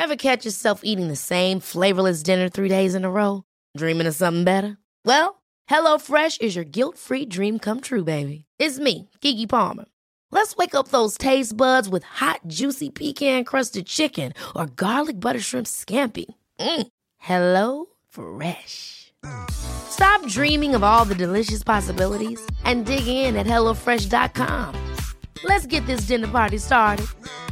Ever catch yourself eating the same flavorless dinner 3 days in a row? Dreaming of something better? Well, HelloFresh is your guilt-free dream come true, baby. It's me, Keke Palmer. Let's wake up those taste buds with hot, juicy pecan-crusted chicken or garlic butter shrimp scampi. Hello Fresh. Stop dreaming of all the delicious possibilities and dig in at HelloFresh.com. Let's get this dinner party started.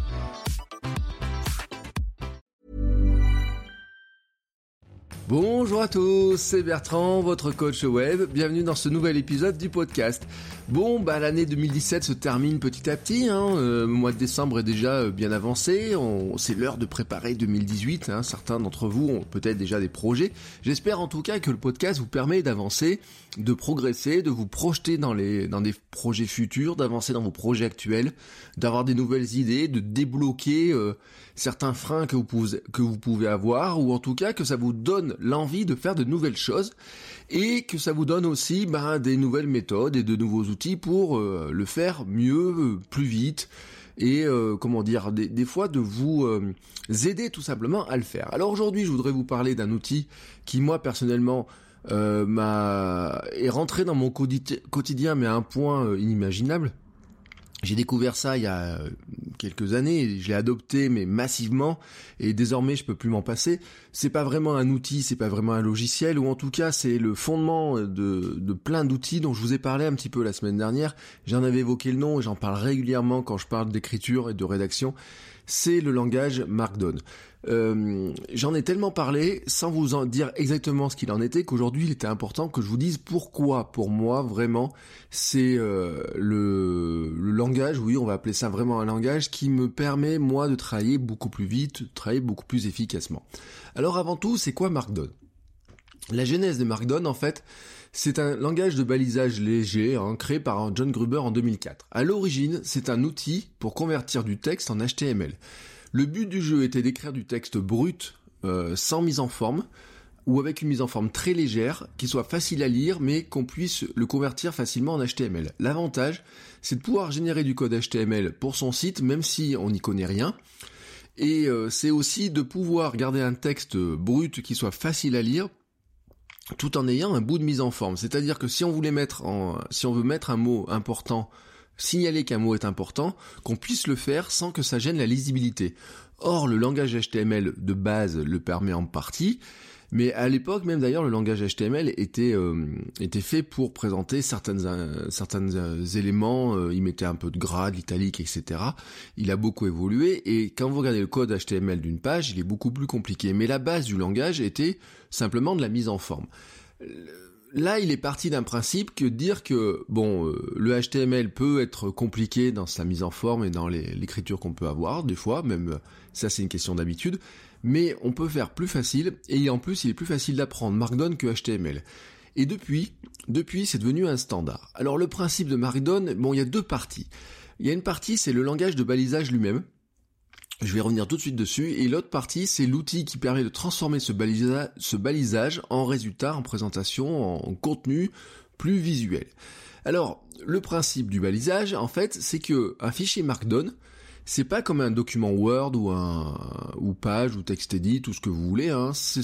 Bonjour à tous, c'est Bertrand, votre coach web. Bienvenue dans ce nouvel épisode du podcast. L'année 2017 se termine petit à petit. Le mois de décembre est déjà bien avancé. C'est l'heure de préparer 2018. Certains d'entre vous ont peut-être déjà des projets. J'espère en tout cas que le podcast vous permet d'avancer, de progresser, de vous projeter dans des projets futurs, d'avancer dans vos projets actuels, d'avoir des nouvelles idées, de débloquer certains freins que vous pouvez avoir, ou en tout cas que ça vous donne l'envie de faire de nouvelles choses et que ça vous donne aussi des nouvelles méthodes et de nouveaux outils pour le faire mieux, plus vite et des fois de vous aider tout simplement à le faire. Alors aujourd'hui, je voudrais vous parler d'un outil qui moi personnellement est rentré dans mon quotidien mais à un point inimaginable. J'ai découvert ça il y a quelques années, je l'ai adopté mais massivement et désormais je peux plus m'en passer. C'est pas vraiment un outil, c'est pas vraiment un logiciel, ou en tout cas c'est le fondement de plein d'outils dont je vous ai parlé un petit peu la semaine dernière. J'en avais évoqué le nom et j'en parle régulièrement quand je parle d'écriture et de rédaction. C'est le langage Markdown. J'en ai tellement parlé sans vous en dire exactement ce qu'il en était qu'aujourd'hui il était important que je vous dise pourquoi pour moi vraiment c'est le langage, oui on va appeler ça vraiment un langage qui me permet moi de travailler beaucoup plus vite, de travailler beaucoup plus efficacement. Alors avant tout, c'est quoi Markdown ? La genèse de Markdown en fait, c'est un langage de balisage léger créé par John Gruber en 2004. À l'origine, c'est un outil pour convertir du texte en HTML. Le but du jeu était d'écrire du texte brut, sans mise en forme, ou avec une mise en forme très légère, qui soit facile à lire, mais qu'on puisse le convertir facilement en HTML. L'avantage, c'est de pouvoir générer du code HTML pour son site, même si on n'y connaît rien. Et c'est aussi de pouvoir garder un texte brut qui soit facile à lire, tout en ayant un bout de mise en forme. C'est-à-dire que si on veut mettre un mot important, signaler qu'un mot est important, qu'on puisse le faire sans que ça gêne la lisibilité. Or, le langage HTML de base le permet en partie, mais à l'époque, même d'ailleurs, le langage HTML était fait pour présenter certains éléments, il mettait un peu de gras, de l'italique, etc. Il a beaucoup évolué, et quand vous regardez le code HTML d'une page, il est beaucoup plus compliqué. Mais la base du langage était simplement de la mise en forme. Là, il est parti d'un principe que dire que, le HTML peut être compliqué dans sa mise en forme et dans l'écriture qu'on peut avoir, des fois, même ça c'est une question d'habitude, mais on peut faire plus facile, et en plus il est plus facile d'apprendre Markdown que HTML. Et depuis c'est devenu un standard. Alors le principe de Markdown, il y a deux parties. Il y a une partie, c'est le langage de balisage lui-même. Je vais revenir tout de suite dessus, et l'autre partie, c'est l'outil qui permet de transformer ce balisage en résultat, en présentation, en contenu plus visuel. Alors, le principe du balisage, en fait, c'est que un fichier Markdown, c'est pas comme un document Word ou page ou TextEdit, tout ce que vous voulez,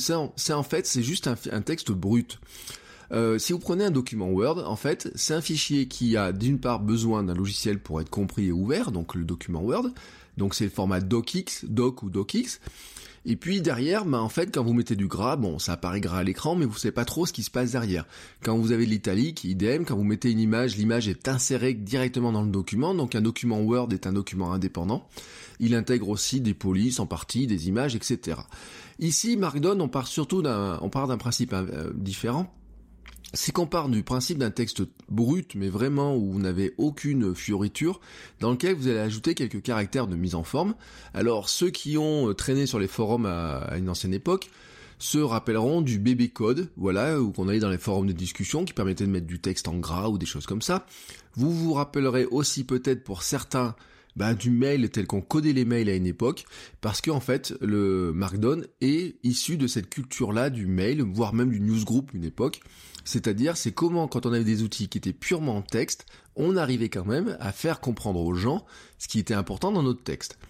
c'est juste un texte brut. Si vous prenez un document Word, en fait, c'est un fichier qui a d'une part besoin d'un logiciel pour être compris et ouvert, donc le document Word. Donc c'est le format docx, doc ou docx. Et puis derrière, en fait, quand vous mettez du gras, ça apparaît gras à l'écran, mais vous savez pas trop ce qui se passe derrière. Quand vous avez de l'italique, idem, quand vous mettez une image, l'image est insérée directement dans le document, donc un document Word est un document indépendant. Il intègre aussi des polices en partie, des images, etc. Ici, Markdown, on part d'un principe différent. C'est qu'on part du principe d'un texte brut, mais vraiment où vous n'avez aucune fioriture, dans lequel vous allez ajouter quelques caractères de mise en forme. Alors, ceux qui ont traîné sur les forums à une ancienne époque se rappelleront du bébé code, ou qu'on allait dans les forums de discussion, qui permettait de mettre du texte en gras ou des choses comme ça. Vous vous rappellerez aussi peut-être pour certains du mail tel qu'on codait les mails à une époque, parce qu'en fait, le Markdown est issu de cette culture-là du mail, voire même du newsgroup une époque. C'est-à-dire, c'est comment, quand on avait des outils qui étaient purement en texte, on arrivait quand même à faire comprendre aux gens ce qui était important dans notre texte.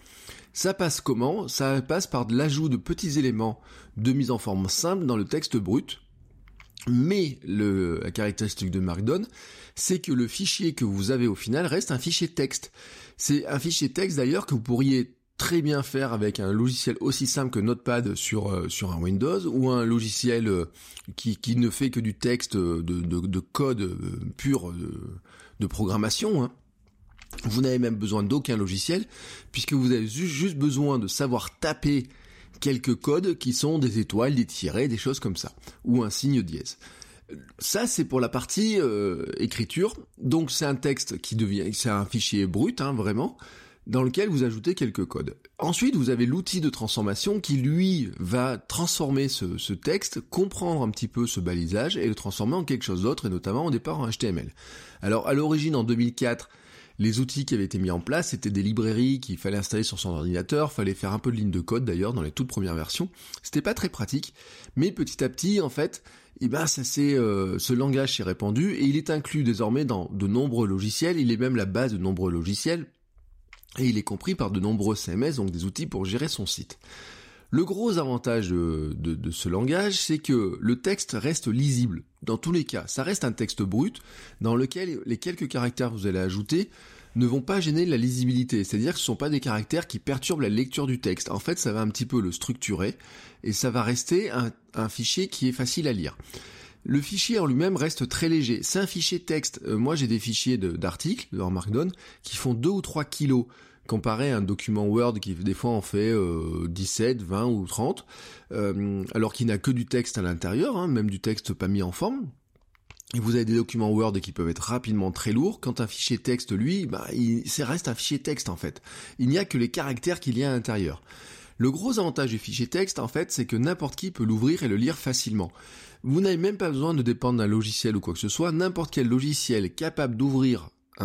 Ça passe comment ? Ça passe par de l'ajout de petits éléments de mise en forme simple dans le texte brut. Mais la caractéristique de Markdown, c'est que le fichier que vous avez au final reste un fichier texte. C'est un fichier texte d'ailleurs que vous pourriez très bien faire avec un logiciel aussi simple que Notepad sur un Windows, ou un logiciel qui ne fait que du texte de code pur de programmation, hein. Vous n'avez même besoin d'aucun logiciel, puisque vous avez juste besoin de savoir taper quelques codes qui sont des étoiles, des tirets, des choses comme ça, ou un signe dièse. Ça, c'est pour la partie écriture. Donc c'est un texte c'est un fichier brut, hein, vraiment, dans lequel vous ajoutez quelques codes. Ensuite, vous avez l'outil de transformation qui, lui, va transformer ce texte, comprendre un petit peu ce balisage et le transformer en quelque chose d'autre, et notamment au départ en HTML. Alors, à l'origine, en 2004, les outils qui avaient été mis en place, c'était des librairies qu'il fallait installer sur son ordinateur, fallait faire un peu de ligne de code d'ailleurs dans les toutes premières versions. C'était pas très pratique, mais petit à petit, en fait, ce langage s'est répandu et il est inclus désormais dans de nombreux logiciels. Il est même la base de nombreux logiciels et il est compris par de nombreux CMS, donc des outils pour gérer son site. Le gros avantage de ce langage, c'est que le texte reste lisible. Dans tous les cas, ça reste un texte brut dans lequel les quelques caractères que vous allez ajouter ne vont pas gêner la lisibilité. C'est-à-dire que ce ne sont pas des caractères qui perturbent la lecture du texte. En fait, ça va un petit peu le structurer et ça va rester un fichier qui est facile à lire. Le fichier en lui-même reste très léger. C'est un fichier texte. Moi, j'ai des fichiers d'articles en Markdown qui font 2 ou 3 kilos. Comparé à un document Word qui des fois en fait 17, 20 ou 30, alors qu'il n'a que du texte à l'intérieur, hein, même du texte pas mis en forme. Et vous avez des documents Word qui peuvent être rapidement très lourds. Quand un fichier texte, lui, ça reste un fichier texte en fait. Il n'y a que les caractères qu'il y a à l'intérieur. Le gros avantage du fichier texte, en fait, c'est que n'importe qui peut l'ouvrir et le lire facilement. Vous n'avez même pas besoin de dépendre d'un logiciel ou quoi que ce soit. N'importe quel logiciel capable d'ouvrir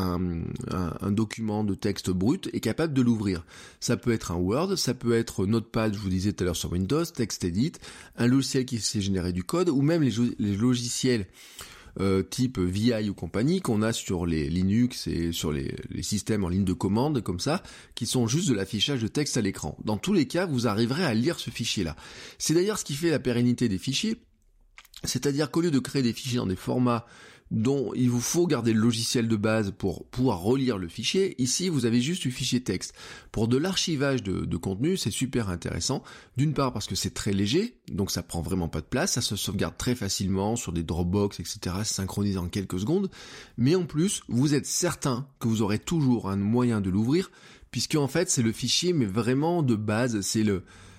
un document de texte brut est capable de l'ouvrir. Ça peut être un Word, ça peut être Notepad, je vous disais tout à l'heure sur Windows, TextEdit, un logiciel qui sait générer du code, ou même les logiciels type VI ou compagnie qu'on a sur les Linux et sur les systèmes en ligne de commande comme ça, qui sont juste de l'affichage de texte à l'écran. Dans tous les cas, vous arriverez à lire ce fichier-là. C'est d'ailleurs ce qui fait la pérennité des fichiers, c'est-à-dire qu'au lieu de créer des fichiers dans des formats dont il vous faut garder le logiciel de base pour pouvoir relire le fichier, ici vous avez juste du fichier texte. Pour de l'archivage de contenu, c'est super intéressant, d'une part parce que c'est très léger, donc ça prend vraiment pas de place, ça se sauvegarde très facilement sur des Dropbox, etc., c'est synchronisé en quelques secondes, mais en plus, vous êtes certain que vous aurez toujours un moyen de l'ouvrir, puisque en fait c'est le fichier, mais vraiment de base, c'est le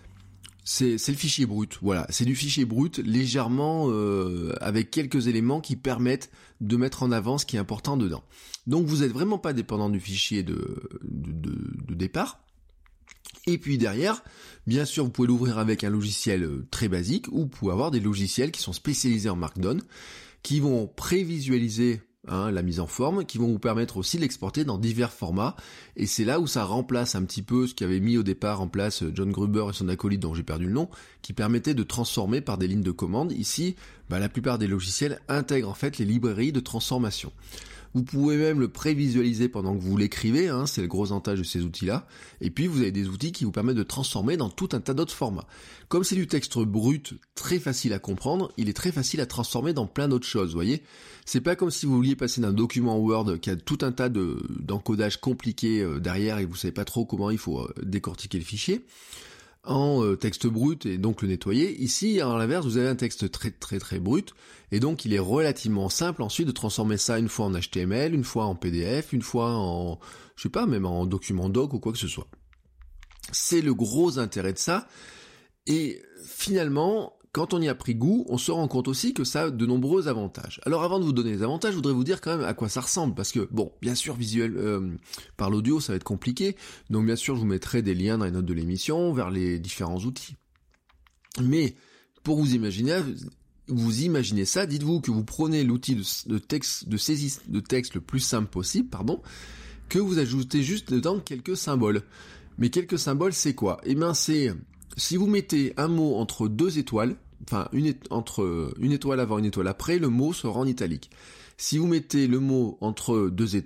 fichier brut, voilà, c'est du fichier brut légèrement avec quelques éléments qui permettent de mettre en avant ce qui est important dedans. Donc vous êtes vraiment pas dépendant du fichier de départ. Et puis derrière, bien sûr, vous pouvez l'ouvrir avec un logiciel très basique, ou vous pouvez avoir des logiciels qui sont spécialisés en Markdown, qui vont prévisualiser la mise en forme, qui vont vous permettre aussi de l'exporter dans divers formats, et c'est là où ça remplace un petit peu ce qu'avait mis au départ en place John Gruber et son acolyte dont j'ai perdu le nom, qui permettait de transformer par des lignes de commande. Ici, la plupart des logiciels intègrent en fait les librairies de transformation. Vous pouvez même le prévisualiser pendant que vous l'écrivez, c'est le gros avantage de ces outils-là. Et puis vous avez des outils qui vous permettent de transformer dans tout un tas d'autres formats. Comme c'est du texte brut, très facile à comprendre, il est très facile à transformer dans plein d'autres choses, vous voyez. C'est pas comme si vous vouliez passer d'un document Word qui a tout un tas d'encodage compliqué derrière et vous savez pas trop comment il faut décortiquer le fichier, en texte brut et donc le nettoyer. Ici, à l'inverse, vous avez un texte très très très brut et donc il est relativement simple ensuite de transformer ça une fois en HTML, une fois en PDF, une fois en, même en document doc ou quoi que ce soit. C'est le gros intérêt de ça. Et finalement, quand on y a pris goût, on se rend compte aussi que ça a de nombreux avantages. Alors avant de vous donner les avantages, je voudrais vous dire quand même à quoi ça ressemble, parce que, bien sûr, par l'audio, ça va être compliqué, donc bien sûr, je vous mettrai des liens dans les notes de l'émission vers les différents outils. Mais, pour vous imaginer ça, dites-vous que vous prenez l'outil de saisie de texte le plus simple possible, que vous ajoutez juste dedans quelques symboles. Mais quelques symboles, c'est quoi ? C'est, si vous mettez un mot entre deux étoiles, entre une étoile avant, une étoile après, le mot sera en italique. Si vous mettez le mot entre deux étoiles,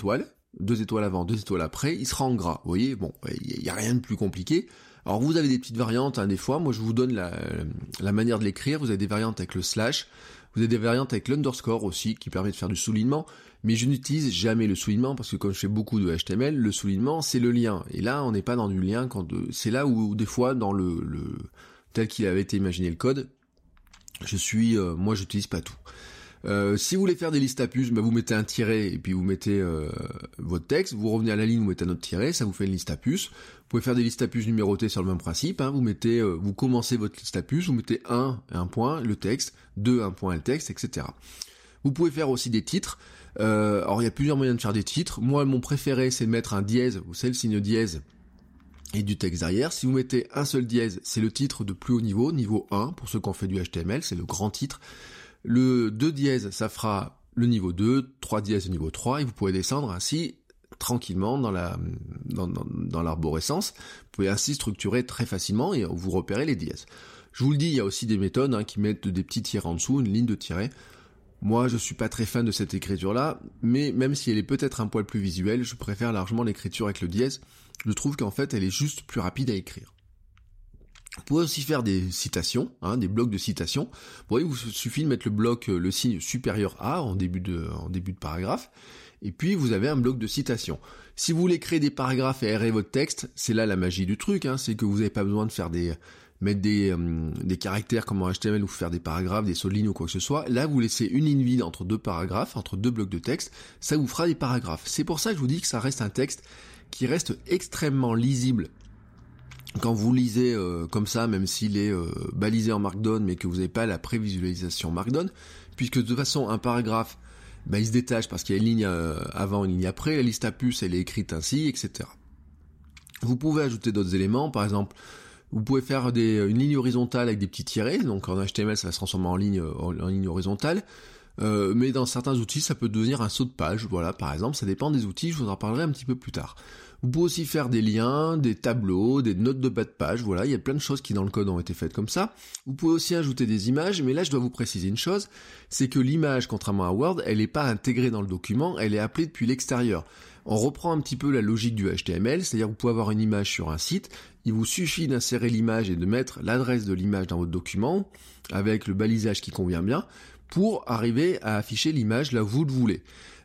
2 étoiles avant, 2 étoiles après, il sera en gras. Vous voyez, bon, il y a rien de plus compliqué. Alors vous avez des petites variantes, hein, des fois, moi je vous donne la manière de l'écrire, vous avez des variantes avec le slash, vous avez des variantes avec l'underscore aussi, qui permet de faire du soulignement, mais je n'utilise jamais le soulignement, parce que comme je fais beaucoup de HTML, le soulignement c'est le lien, et là on n'est pas dans du lien, c'est là où des fois dans le tel qu'il avait été imaginé le code, moi j'utilise pas tout. Si vous voulez faire des listes à puces, vous mettez un tiret et puis vous mettez votre texte, vous revenez à la ligne, vous mettez un autre tiret, ça vous fait une liste à puces. Vous pouvez faire des listes à puces numérotées sur le même principe, hein. Vous commencez votre liste à puces, vous mettez 1, un point, le texte, 2, un point, le texte, etc. Vous pouvez faire aussi des titres. Alors il y a plusieurs moyens de faire des titres. Moi, mon préféré, c'est de mettre un dièse, vous savez le signe dièse, et du texte derrière. Si vous mettez un seul dièse, c'est le titre de plus haut niveau, niveau 1, pour ceux qui ont fait du HTML, c'est le grand titre. Le 2 dièse, ça fera le niveau 2, 3 dièse le niveau 3, et vous pouvez descendre ainsi tranquillement dans l'arborescence. Vous pouvez ainsi structurer très facilement et vous repérez les dièses. Je vous le dis, il y a aussi des méthodes qui mettent des petits tirets en dessous, une ligne de tirets. Moi, je suis pas très fan de cette écriture-là, mais même si elle est peut-être un poil plus visuelle, je préfère largement l'écriture avec le dièse. Je trouve qu'en fait, elle est juste plus rapide à écrire. Vous pouvez aussi faire des citations, des blocs de citations. Vous voyez, il vous suffit de mettre le signe supérieur à en début de paragraphe, et puis vous avez un bloc de citation. Si vous voulez créer des paragraphes et aérer votre texte, c'est là la magie du truc, c'est que vous n'avez pas besoin de mettre des caractères comme en HTML ou faire des paragraphes, des solides ou quoi que ce soit. Là, vous laissez une ligne vide entre 2 paragraphes, entre 2 blocs de texte, ça vous fera des paragraphes. C'est pour ça que je vous dis que ça reste un texte qui reste extrêmement lisible. Quand vous lisez comme ça, même s'il est balisé en Markdown, mais que vous n'avez pas la prévisualisation Markdown, puisque de toute façon, un paragraphe, il se détache parce qu'il y a une ligne avant, une ligne après, la liste à puces, elle est écrite ainsi, etc. Vous pouvez ajouter d'autres éléments, par exemple, vous pouvez faire une ligne horizontale avec des petits tirets, donc en HTML, ça va se transformer en ligne horizontale, mais dans certains outils, ça peut devenir un saut de page, voilà, par exemple, ça dépend des outils, je vous en parlerai un petit peu plus tard. Vous pouvez aussi faire des liens, des tableaux, des notes de bas de page, voilà, il y a plein de choses qui dans le code ont été faites comme ça. Vous pouvez aussi ajouter des images, mais là je dois vous préciser une chose, c'est que l'image, contrairement à Word, elle n'est pas intégrée dans le document, elle est appelée depuis l'extérieur. On reprend un petit peu la logique du HTML, c'est-à-dire que vous pouvez avoir une image sur un site, il vous suffit d'insérer l'image et de mettre l'adresse de l'image dans votre document, avec le balisage qui convient bien, pour arriver à afficher l'image là où vous le voulez.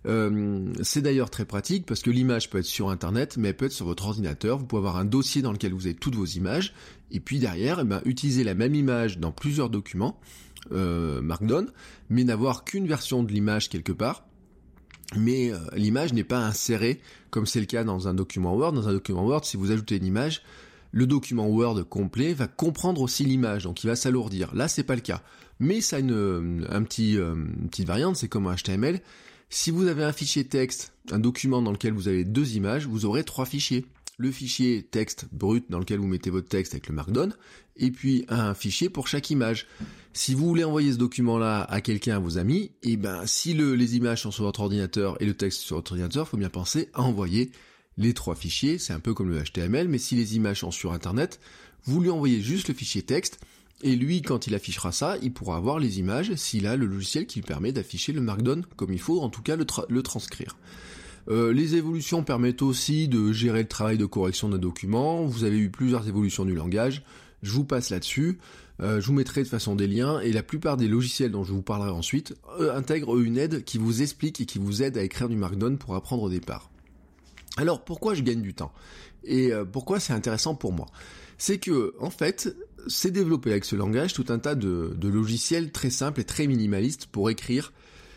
C'est d'ailleurs très pratique parce que l'image peut être sur internet, mais elle peut être sur votre ordinateur. Vous pouvez avoir un dossier dans lequel vous avez toutes vos images, et puis derrière, utiliser la même image dans plusieurs documents Markdown, mais n'avoir qu'une version de l'image quelque part. Mais l'image n'est pas insérée comme c'est le cas dans un document Word. Dans un document Word, si vous ajoutez une image, le document Word complet va comprendre aussi l'image, donc il va s'alourdir. Là, c'est pas le cas. Mais ça a une petite variante, c'est comme un HTML. Si vous avez un fichier texte, un document dans lequel vous avez 2 images, vous aurez 3 fichiers. Le fichier texte brut dans lequel vous mettez votre texte avec le Markdown, et puis un fichier pour chaque image. Si vous voulez envoyer ce document-là à quelqu'un, à vos amis, si les images sont sur votre ordinateur et le texte sur votre ordinateur, il faut bien penser à envoyer les 3 fichiers. C'est un peu comme le HTML, mais si les images sont sur Internet, vous lui envoyez juste le fichier texte, et lui, quand il affichera ça, il pourra avoir les images s'il a le logiciel qui lui permet d'afficher le Markdown comme il faut, en tout cas le transcrire. Les évolutions permettent aussi de gérer le travail de correction d'un document. Vous avez eu plusieurs évolutions du langage. Je vous passe là-dessus. Je vous mettrai de façon des liens, et la plupart des logiciels dont je vous parlerai ensuite intègrent une aide qui vous explique et qui vous aide à écrire du Markdown pour apprendre au départ. Alors, pourquoi je gagne du temps ? Et pourquoi c'est intéressant pour moi ? C'est que, en fait, c'est développé avec ce langage tout un tas de logiciels très simples et très minimalistes pour écrire,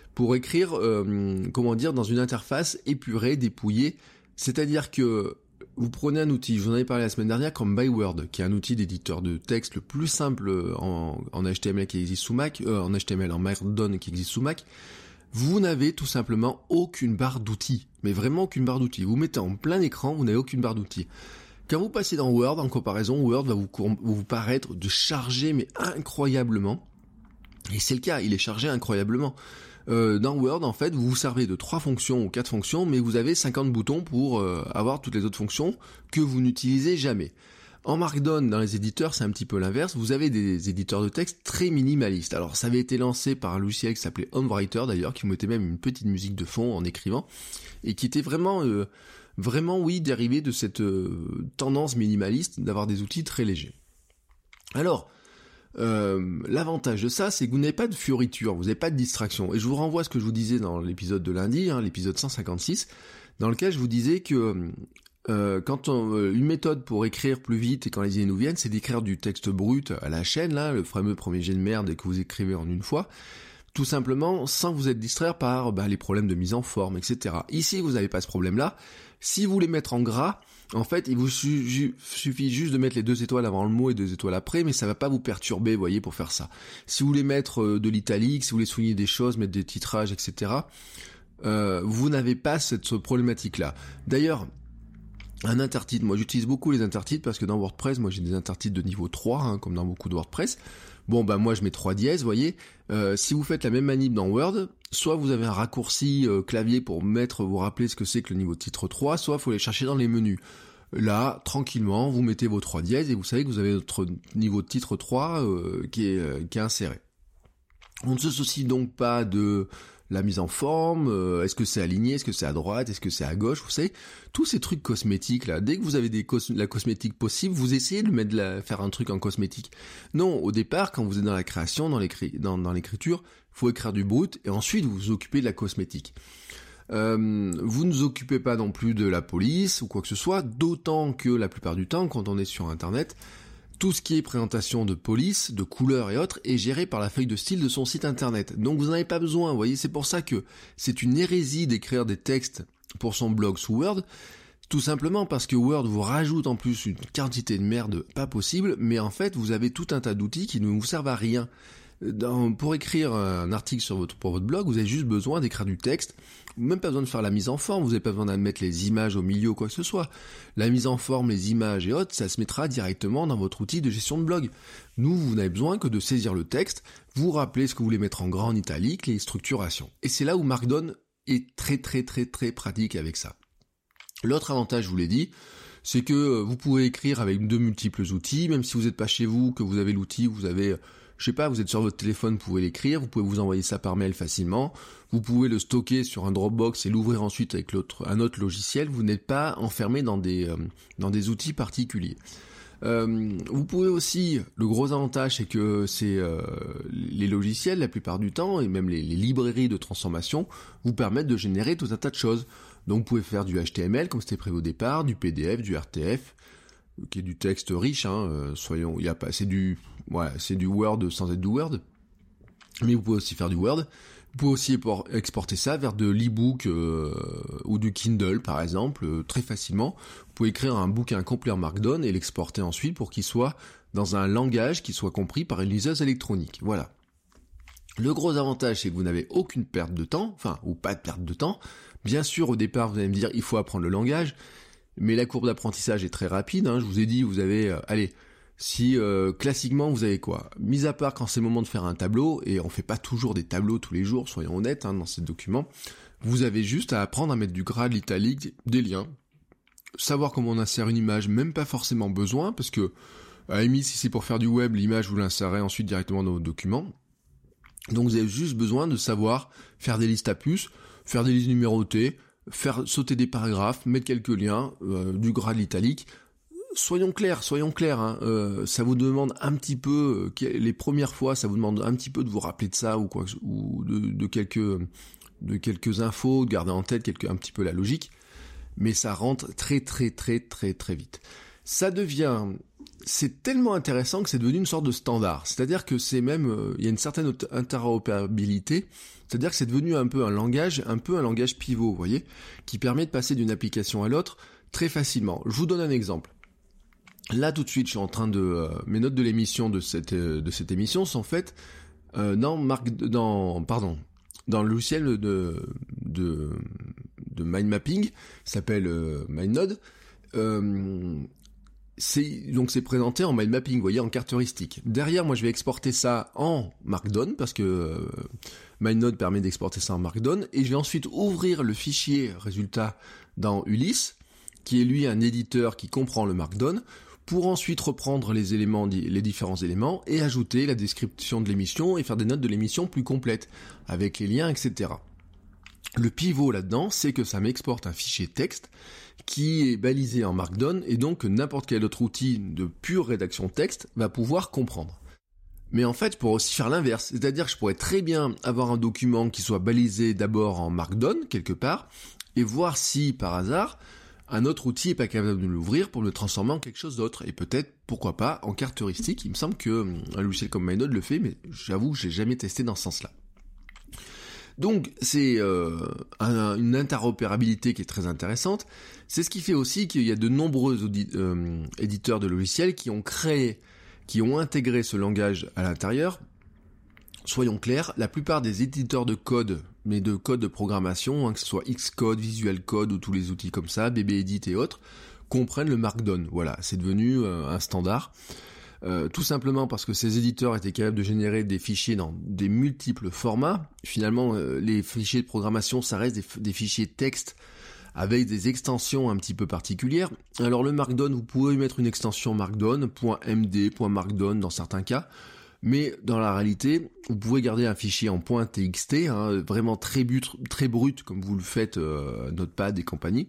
dans une interface épurée, dépouillée. C'est-à-dire que vous prenez un outil, je vous en avais parlé la semaine dernière, comme ByWord, qui est un outil d'éditeur de texte le plus simple en HTML qui existe sous Mac, en HTML en Markdown qui existe sous Mac. Vous n'avez tout simplement aucune barre d'outils, mais vraiment aucune barre d'outils. Vous mettez en plein écran, vous n'avez aucune barre d'outils. Quand vous passez dans Word, en comparaison, Word va vous paraître de charger, mais incroyablement. Et c'est le cas, il est chargé incroyablement. Dans Word, en fait, vous vous servez de 3 fonctions ou 4 fonctions, mais vous avez 50 boutons pour avoir toutes les autres fonctions que vous n'utilisez jamais. En Markdown, dans les éditeurs, c'est un petit peu l'inverse. Vous avez des éditeurs de texte très minimalistes. Alors, ça avait été lancé par un logiciel qui s'appelait HomeWriter, d'ailleurs, qui mettait même une petite musique de fond en écrivant, et qui était vraiment, oui, dérivé de cette tendance minimaliste d'avoir des outils très légers. Alors, l'avantage de ça, c'est que vous n'avez pas de fioritures, vous n'avez pas de distraction. Et je vous renvoie à ce que je vous disais dans l'épisode de lundi, l'épisode 156, dans lequel je vous disais que une méthode pour écrire plus vite et quand les idées nous viennent, c'est d'écrire du texte brut à la chaîne, là, le fameux premier jet de merde que vous écrivez en une fois, tout simplement sans vous être distraire par les problèmes de mise en forme, etc. Ici, vous n'avez pas ce problème-là. Si vous voulez mettre en gras, en fait, il vous suffit juste de mettre les 2 étoiles avant le mot et 2 étoiles après, mais ça va pas vous perturber, vous voyez, pour faire ça. Si vous voulez mettre de l'italique, si vous voulez souligner des choses, mettre des titrages, etc., vous n'avez pas cette problématique-là. D'ailleurs, un intertitre, moi j'utilise beaucoup les intertitres parce que dans WordPress, moi j'ai des intertitres de niveau 3, comme dans beaucoup de WordPress. Bon, moi je mets 3 dièses, vous voyez. Si vous faites la même manip dans Word, soit vous avez un raccourci clavier pour vous rappeler ce que c'est que le niveau de titre 3, soit il faut les chercher dans les menus. Là, tranquillement, vous mettez vos 3 dièses et vous savez que vous avez votre niveau de titre 3 qui est inséré. On ne se soucie donc pas de la mise en forme, est-ce que c'est aligné, est-ce que c'est à droite, est-ce que c'est à gauche, vous savez, tous ces trucs cosmétiques là, dès que vous avez la cosmétique possible, vous essayez de faire un truc en cosmétique. Non, au départ, quand vous êtes dans la création, dans l'écriture, il faut écrire du brut et ensuite vous vous occupez de la cosmétique. Vous ne vous occupez pas non plus de la police ou quoi que ce soit, d'autant que la plupart du temps, quand on est sur internet, tout ce qui est présentation de police, de couleurs et autres est géré par la feuille de style de son site internet. Donc vous n'en avez pas besoin, vous voyez, c'est pour ça que c'est une hérésie d'écrire des textes pour son blog sous Word, tout simplement parce que Word vous rajoute en plus une quantité de merde pas possible, mais en fait vous avez tout un tas d'outils qui ne vous servent à rien. Pour écrire un article pour votre blog, vous avez juste besoin d'écrire du texte, même pas besoin de faire la mise en forme, vous n'avez pas besoin de mettre les images au milieu ou quoi que ce soit. La mise en forme, les images et autres, ça se mettra directement dans votre outil de gestion de blog. Vous n'avez besoin que de saisir le texte, vous rappelez ce que vous voulez mettre en grand, en italique, les structurations. Et c'est là où Markdown est très très très très pratique avec ça. L'autre avantage, je vous l'ai dit, c'est que vous pouvez écrire avec de multiples outils, même si vous n'êtes pas chez vous, que vous avez l'outil, vous avez... Je sais pas, vous êtes sur votre téléphone, vous pouvez l'écrire, vous pouvez vous envoyer ça par mail facilement, vous pouvez le stocker sur un Dropbox et l'ouvrir ensuite avec un autre logiciel, vous n'êtes pas enfermé dans des outils particuliers. Vous pouvez aussi, le gros avantage c'est que les logiciels la plupart du temps, et même les librairies de transformation, vous permettent de générer tout un tas de choses. Donc vous pouvez faire du HTML comme c'était prévu au départ, du PDF, du RTF, qui est du texte riche, c'est du Word sans être du Word, mais vous pouvez aussi faire du Word, vous pouvez aussi exporter ça vers de l'e-book ou du Kindle par exemple, très facilement. Vous pouvez écrire un bouquin complet en Markdown et l'exporter ensuite pour qu'il soit dans un langage qui soit compris par une liseuse électronique, voilà. Le gros avantage, c'est que vous n'avez aucune perte de temps, ou pas de perte de temps. Bien sûr, au départ, vous allez me dire, il faut apprendre le langage, mais la courbe d'apprentissage est très rapide, je vous ai dit, vous avez, classiquement vous avez quoi ? Mis à part quand c'est le moment de faire un tableau, et on fait pas toujours des tableaux tous les jours, soyons honnêtes, dans ces documents, vous avez juste à apprendre à mettre du gras, de l'italique, des liens, savoir comment on insère une image, même pas forcément besoin, parce que, à la limite, si c'est pour faire du web, l'image vous l'insérez ensuite directement dans vos documents. Donc vous avez juste besoin de savoir faire des listes à puces, faire des listes numérotées, faire sauter des paragraphes, mettre quelques liens, du gras, de l'italique. Soyons clairs, ça vous demande un petit peu, les premières fois, ça vous demande un petit peu de vous rappeler de ça ou quoi, ou de quelques infos, de garder en tête un petit peu la logique, mais ça rentre très très très très très vite. C'est tellement intéressant que c'est devenu une sorte de standard, c'est-à-dire que c'est même, il y a une certaine interopérabilité, c'est-à-dire que c'est devenu un peu un langage pivot, vous voyez, qui permet de passer d'une application à l'autre très facilement. Je vous donne un exemple. Là tout de suite, je suis en train de mes notes de l'émission de cette émission sont faites dans le logiciel de mind mapping, qui s'appelle MindNode. C'est présenté en mind mapping, vous voyez, en carte heuristique. Derrière, moi, je vais exporter ça en Markdown, parce que MindNode permet d'exporter ça en Markdown, et je vais ensuite ouvrir le fichier résultat dans Ulysse, qui est lui un éditeur qui comprend le Markdown, pour ensuite reprendre les différents éléments et ajouter la description de l'émission et faire des notes de l'émission plus complètes, avec les liens, etc. Le pivot là-dedans, c'est que ça m'exporte un fichier texte qui est balisé en Markdown et donc n'importe quel autre outil de pure rédaction texte va pouvoir comprendre. Mais en fait, je pourrais aussi faire l'inverse, c'est-à-dire que je pourrais très bien avoir un document qui soit balisé d'abord en Markdown, quelque part, et voir si, par hasard, un autre outil est pas capable de l'ouvrir pour le transformer en quelque chose d'autre, et peut-être, pourquoi pas, en carte heuristique. Il me semble qu'un logiciel comme MyNode le fait, mais j'avoue que j'ai jamais testé dans ce sens-là. Donc, c'est une interopérabilité qui est très intéressante. C'est ce qui fait aussi qu'il y a de nombreux éditeurs de logiciels qui ont intégré ce langage à l'intérieur. Soyons clairs, la plupart des éditeurs de code, mais de code de programmation, que ce soit Xcode, Visual Code ou tous les outils comme ça, BBEdit et autres, comprennent le Markdown. Voilà, c'est devenu un standard. Tout simplement parce que ces éditeurs étaient capables de générer des fichiers dans des multiples formats. Finalement, les fichiers de programmation, ça reste des fichiers texte avec des extensions un petit peu particulières. Alors le Markdown, vous pouvez mettre une extension Markdown, .md, .markdown dans certains cas. Mais dans la réalité, vous pouvez garder un fichier en .txt, vraiment très brut comme vous le faites Notepad et compagnie,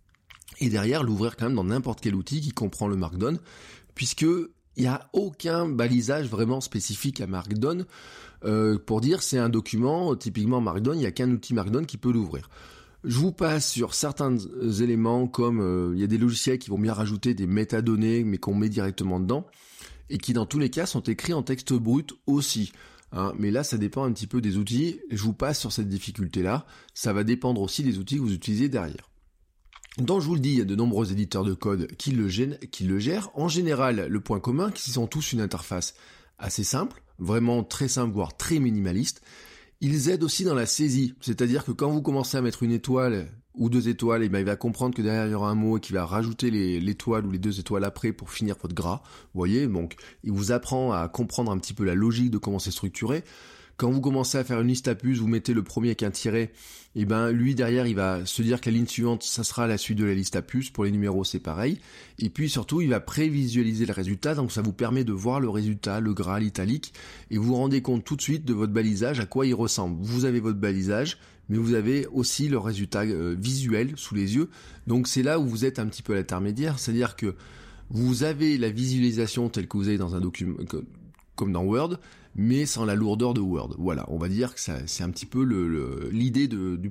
et derrière l'ouvrir quand même dans n'importe quel outil qui comprend le Markdown, puisque il n'y a aucun balisage vraiment spécifique à Markdown pour dire c'est un document typiquement Markdown, il n'y a qu'un outil Markdown qui peut l'ouvrir. Je vous passe sur certains éléments comme il y a des logiciels qui vont bien rajouter des métadonnées mais qu'on met directement dedans, et qui dans tous les cas sont écrits en texte brut aussi. Mais là, ça dépend un petit peu des outils. Je vous passe sur cette difficulté-là. Ça va dépendre aussi des outils que vous utilisez derrière. Donc je vous le dis, il y a de nombreux éditeurs de code qui le gèrent. En général, le point commun, qu'ils ont tous une interface assez simple, vraiment très simple, voire très minimaliste. Ils aident aussi dans la saisie. C'est-à-dire que quand vous commencez à mettre une étoile ou 2 étoiles, et ben il va comprendre que derrière il y aura un mot et qu'il va rajouter l'étoile ou les 2 étoiles après pour finir votre gras. Vous voyez, donc il vous apprend à comprendre un petit peu la logique de comment c'est structuré. Quand vous commencez à faire une liste à puces, vous mettez le premier avec un tiret, et ben lui derrière il va se dire que la ligne suivante ça sera la suite de la liste à puces. Pour les numéros c'est pareil. Et puis surtout il va prévisualiser le résultat, donc ça vous permet de voir le résultat, le gras, l'italique, et vous vous rendez compte tout de suite de votre balisage, à quoi il ressemble. Vous avez votre balisage, mais vous avez aussi le résultat visuel sous les yeux. Donc c'est là où vous êtes un petit peu à l'intermédiaire, c'est-à-dire que vous avez la visualisation telle que vous avez dans un document comme dans Word, mais sans la lourdeur de Word. Voilà, on va dire que c'est un petit peu l'idée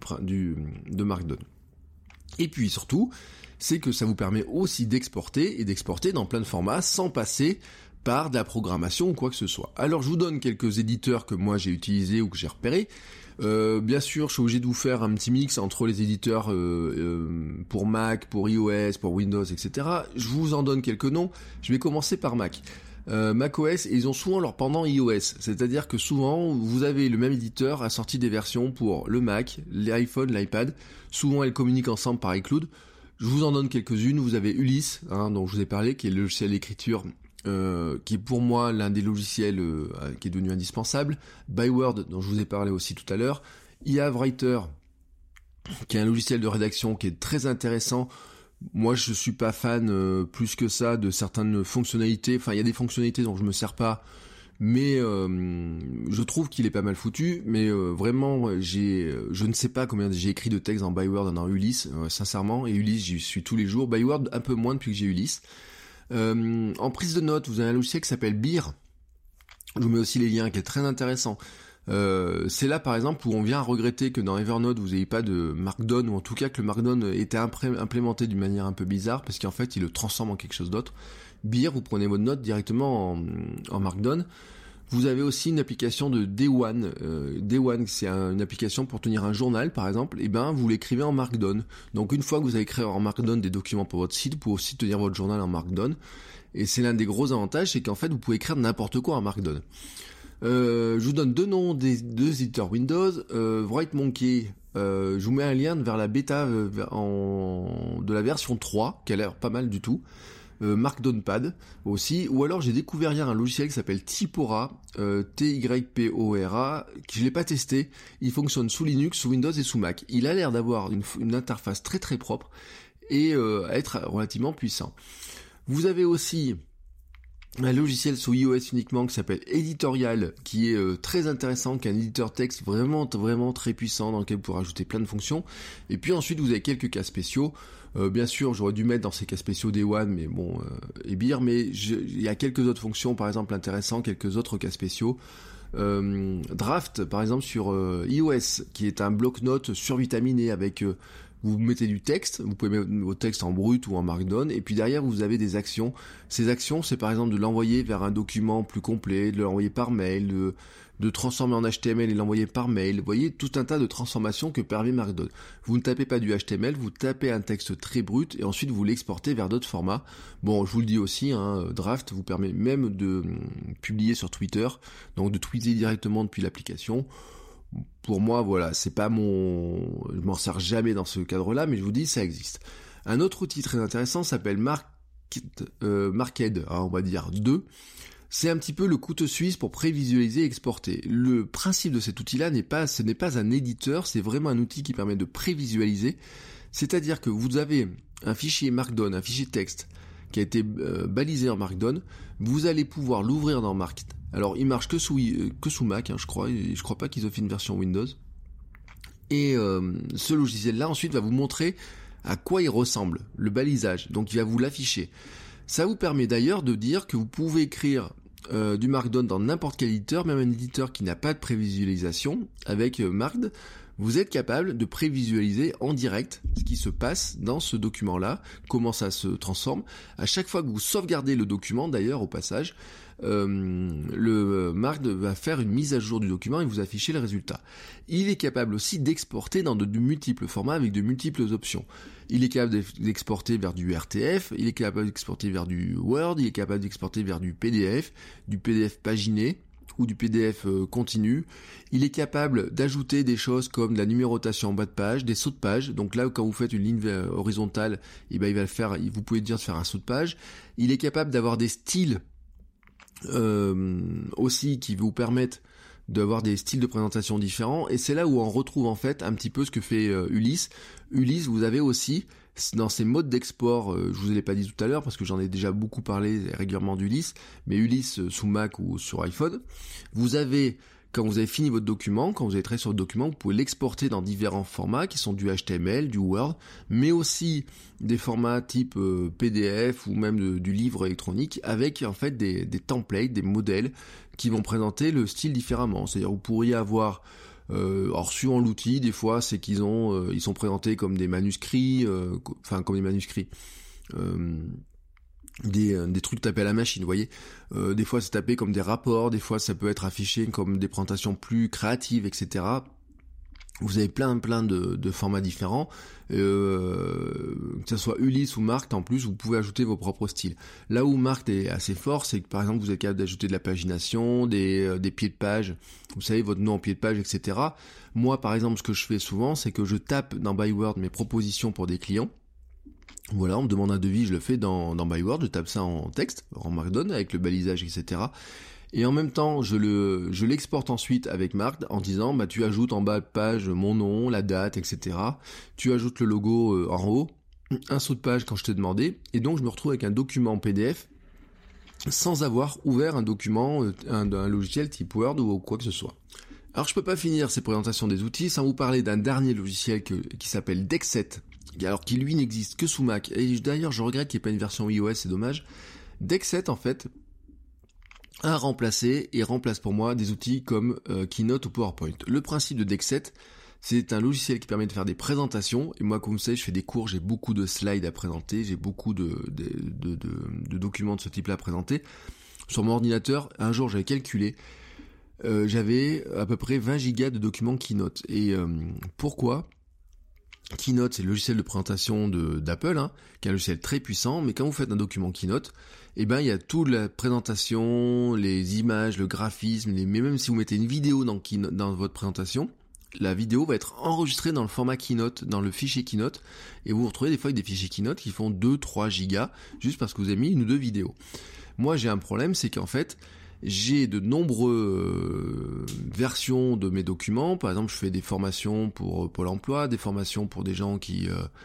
de Markdown. Et puis surtout, c'est que ça vous permet aussi d'exporter dans plein de formats sans passer par de la programmation ou quoi que ce soit. Alors je vous donne quelques éditeurs que moi j'ai utilisés ou que j'ai repérés. Bien sûr, je suis obligé de vous faire un petit mix entre les éditeurs pour Mac, pour iOS, pour Windows, etc. Je vous en donne quelques noms. Je vais commencer par Mac. macOS, et ils ont souvent leur pendant iOS, c'est-à-dire que souvent vous avez le même éditeur a sorti des versions pour le Mac, l'iPhone, l'iPad. Souvent elles communiquent ensemble par iCloud. Je vous en donne quelques-unes. Vous avez Ulysse, dont je vous ai parlé, qui est le logiciel d'écriture qui est pour moi l'un des logiciels qui est devenu indispensable. Byword, dont je vous ai parlé aussi tout à l'heure. iHaveWriter, qui est un logiciel de rédaction qui est très intéressant. Moi, je suis pas fan plus que ça de certaines fonctionnalités. Enfin, il y a des fonctionnalités dont je me sers pas, mais je trouve qu'il est pas mal foutu. Mais vraiment, je ne sais pas combien j'ai écrit de textes dans Byword dans Ulysse, sincèrement. Et Ulysse, j'y suis tous les jours. Byword, un peu moins depuis que j'ai Ulysse. En prise de notes, vous avez un logiciel qui s'appelle Beer. Je vous mets aussi les liens, qui est très intéressant. C'est là par exemple où on vient regretter que dans Evernote vous n'ayez pas de Markdown, ou en tout cas que le Markdown était implémenté d'une manière un peu bizarre, parce qu'en fait il le transforme en quelque chose d'autre. Beer, vous prenez votre note directement en Markdown. Vous avez aussi une application de Day1. Day1, c'est une application pour tenir un journal par exemple, et ben vous l'écrivez en Markdown. Donc une fois que vous avez créé en Markdown des documents pour votre site, vous pouvez aussi tenir votre journal en Markdown. Et c'est l'un des gros avantages, c'est qu'en fait vous pouvez écrire n'importe quoi en Markdown. Je vous donne 2 noms des 2 éditeurs Windows. WriteMonkey, je vous mets un lien vers la bêta de la version 3, qui a l'air pas mal du tout. Markdownpad aussi, ou alors j'ai découvert hier un logiciel qui s'appelle Typora, Typora, que je l'ai pas testé. Il fonctionne sous Linux, sous Windows et sous Mac. Il a l'air d'avoir une interface très très propre et être relativement puissant. Vous avez aussi un logiciel sous iOS uniquement qui s'appelle Editorial, qui est très intéressant, qui est un éditeur texte vraiment très puissant dans lequel vous pourrez ajouter plein de fonctions. Et puis ensuite vous avez quelques cas spéciaux. Bien sûr j'aurais dû mettre dans ces cas spéciaux Day One, mais bon, et Beer, mais il y a quelques autres fonctions par exemple intéressantes, quelques autres cas spéciaux. Draft par exemple sur iOS, qui est un bloc-notes survitaminé avec... vous mettez du texte, vous pouvez mettre vos textes en brut ou en markdown, et puis derrière vous avez des actions. Ces actions, c'est par exemple de l'envoyer vers un document plus complet, de l'envoyer par mail, de transformer en HTML et l'envoyer par mail. Vous voyez, tout un tas de transformations que permet Markdown. Vous ne tapez pas du HTML, vous tapez un texte très brut, et ensuite vous l'exportez vers d'autres formats. Bon, je vous le dis aussi, Draft vous permet même de publier sur Twitter, donc de tweeter directement depuis l'application. Pour moi, voilà, c'est pas je m'en sers jamais dans ce cadre-là, mais je vous dis, ça existe. Un autre outil très intéressant s'appelle Marked, on va dire 2. C'est un petit peu le couteau suisse pour prévisualiser et exporter. Le principe de cet outil-là ce n'est pas un éditeur, c'est vraiment un outil qui permet de prévisualiser. C'est-à-dire que vous avez un fichier Markdown, un fichier texte, qui a été balisé en Markdown, vous allez pouvoir l'ouvrir dans Marked. Alors il marche que sous Mac, je crois, et je crois pas qu'ils ont fait une version Windows. Et ce logiciel-là ensuite va vous montrer à quoi il ressemble, le balisage, donc il va vous l'afficher. Ça vous permet d'ailleurs de dire que vous pouvez écrire du Markdown dans n'importe quel éditeur, même un éditeur qui n'a pas de prévisualisation, avec Marked, vous êtes capable de prévisualiser en direct ce qui se passe dans ce document-là, comment ça se transforme. À chaque fois que vous sauvegardez le document, d'ailleurs, au passage, le Marked va faire une mise à jour du document et vous afficher le résultat. Il est capable aussi d'exporter dans de multiples formats avec de multiples options. Il est capable d'exporter vers du RTF, il est capable d'exporter vers du Word, il est capable d'exporter vers du PDF paginé, ou du PDF continu. Il est capable d'ajouter des choses comme de la numérotation en bas de page, des sauts de page. Donc là, quand vous faites une ligne horizontale, il va le faire. Vous pouvez dire de faire un saut de page. Il est capable d'avoir des styles aussi qui vous permettent d'avoir des styles de présentation différents. Et c'est là où on retrouve en fait un petit peu ce que fait Ulysse. Ulysse, vous avez aussi dans ces modes d'export, je vous l'ai pas dit tout à l'heure parce que j'en ai déjà beaucoup parlé régulièrement d'Ulysse, mais Ulysse sous Mac ou sur iPhone, vous avez, quand vous avez fini votre document, quand vous avez travaillé sur le document, vous pouvez l'exporter dans différents formats qui sont du HTML, du Word, mais aussi des formats type PDF ou même du livre électronique avec en fait des templates, des modèles qui vont présenter le style différemment. C'est-à-dire vous pourriez avoir alors suivant l'outil, des fois c'est qu'ils sont présentés comme des manuscrits, des trucs tapés à la machine, vous voyez. Des fois c'est tapé comme des rapports, des fois ça peut être affiché comme des présentations plus créatives, etc. Vous avez plein de formats différents, que ce soit Ulysse ou Marked, en plus vous pouvez ajouter vos propres styles. Là où Marked est assez fort, c'est que par exemple vous êtes capable d'ajouter de la pagination, des pieds de page, vous savez, votre nom en pied de page, etc. Moi par exemple, ce que je fais souvent, c'est que je tape dans Byword mes propositions pour des clients. Voilà, on me demande un devis, je le fais dans Byword, je tape ça en texte, en Markdown, avec le balisage, etc. Et en même temps, je l'exporte ensuite avec Marked en disant, tu ajoutes en bas de page mon nom, la date, etc. Tu ajoutes le logo en haut, un saut de page quand je t'ai demandé, et donc je me retrouve avec un document PDF sans avoir ouvert un document, un logiciel type Word ou quoi que ce soit. Alors je peux pas finir ces présentations des outils sans vous parler d'un dernier logiciel qui s'appelle Dexet, alors qui lui n'existe que sous Mac, et d'ailleurs je regrette qu'il n'y ait pas une version iOS, c'est dommage. Dexet en fait a remplacé et remplace pour moi des outils comme Keynote ou PowerPoint. Le principe de Dexet, c'est un logiciel qui permet de faire des présentations, et moi comme vous savez je fais des cours, j'ai beaucoup de slides à présenter, j'ai beaucoup de documents de ce type là à présenter. Sur mon ordinateur, un jour j'avais calculé, j'avais à peu près 20 gigas de documents Keynote. Et pourquoi ? Keynote, c'est le logiciel de présentation d'Apple, qui est un logiciel très puissant, mais quand vous faites un document Keynote, il y a toute la présentation, les images, le graphisme, mais même si vous mettez une vidéo dans votre présentation, la vidéo va être enregistrée dans le format Keynote, dans le fichier Keynote, et vous vous retrouvez des fois avec des fichiers Keynote qui font 2-3 gigas, juste parce que vous avez mis une ou deux vidéos. Moi, j'ai un problème, c'est qu'en fait, j'ai de nombreuses versions de mes documents. Par exemple, je fais des formations pour Pôle emploi, des formations pour des gens qui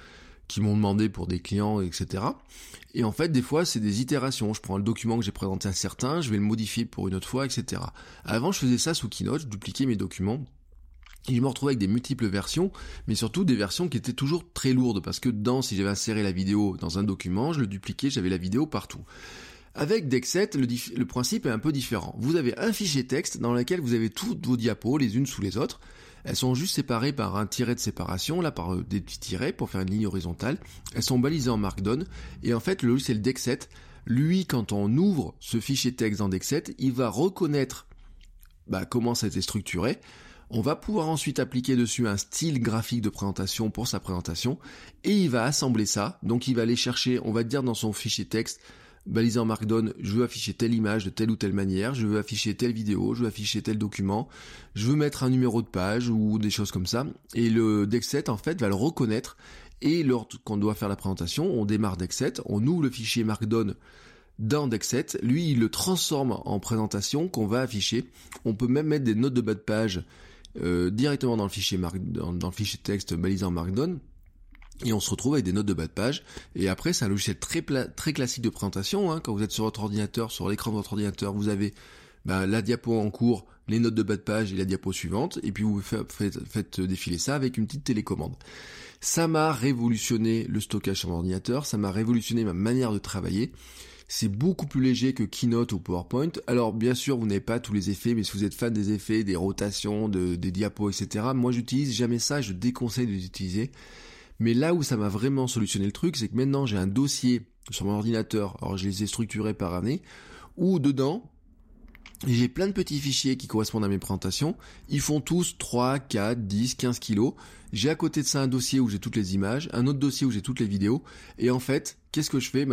qui m'ont demandé pour des clients, etc. Et en fait, des fois, c'est des itérations. Je prends le document que j'ai présenté à certains, je vais le modifier pour une autre fois, etc. Avant, je faisais ça sous Keynote, je dupliquais mes documents. Et je me retrouvais avec des multiples versions, mais surtout des versions qui étaient toujours très lourdes, parce que dedans, si j'avais inséré la vidéo dans un document, je le dupliquais, j'avais la vidéo partout. Avec Dexet, le principe est un peu différent. Vous avez un fichier texte dans lequel vous avez toutes vos diapos, les unes sous les autres. Elles sont juste séparées par un tiret de séparation, là par des petits tirets pour faire une ligne horizontale. Elles sont balisées en Markdown. Et en fait, le logiciel Dexet, lui, quand on ouvre ce fichier texte dans Dexet, il va reconnaître comment ça a été structuré. On va pouvoir ensuite appliquer dessus un style graphique de présentation pour sa présentation. Et il va assembler ça. Donc il va aller chercher, on va dire dans son fichier texte, balisé en Markdown, je veux afficher telle image de telle ou telle manière, je veux afficher telle vidéo, je veux afficher tel document, je veux mettre un numéro de page ou des choses comme ça. Et le Dexet, en fait, va le reconnaître. Et lors qu'on doit faire la présentation, on démarre Dexet, on ouvre le fichier Markdown dans Dexet. Lui, il le transforme en présentation qu'on va afficher. On peut même mettre des notes de bas de page directement dans le fichier dans le fichier texte balisé en Markdown. Et on se retrouve avec des notes de bas de page. Et après, c'est un logiciel très classique de présentation. Quand vous êtes sur votre ordinateur, sur l'écran de votre ordinateur, vous avez la diapo en cours, les notes de bas de page et la diapo suivante. Et puis vous faites défiler ça avec une petite télécommande. Ça m'a révolutionné le stockage sur mon ordinateur. Ça m'a révolutionné ma manière de travailler. C'est beaucoup plus léger que Keynote ou PowerPoint. Alors bien sûr, vous n'avez pas tous les effets, mais si vous êtes fan des effets, des rotations, des diapos, etc., moi j'utilise jamais ça, je déconseille de les utiliser. Mais là où ça m'a vraiment solutionné le truc, c'est que maintenant j'ai un dossier sur mon ordinateur, alors je les ai structurés par année, où dedans, j'ai plein de petits fichiers qui correspondent à mes présentations. Ils font tous 3, 4, 10, 15 kilos. J'ai à côté de ça un dossier où j'ai toutes les images, un autre dossier où j'ai toutes les vidéos. Et en fait, qu'est-ce que je fais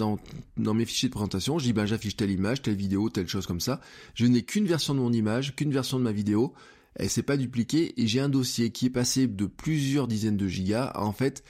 dans mes fichiers de présentation? Je dis j'affiche telle image, telle vidéo, telle chose comme ça. Je n'ai qu'une version de mon image, qu'une version de ma vidéo. Elle s'est pas dupliquée et j'ai un dossier qui est passé de plusieurs dizaines de gigas à, en fait,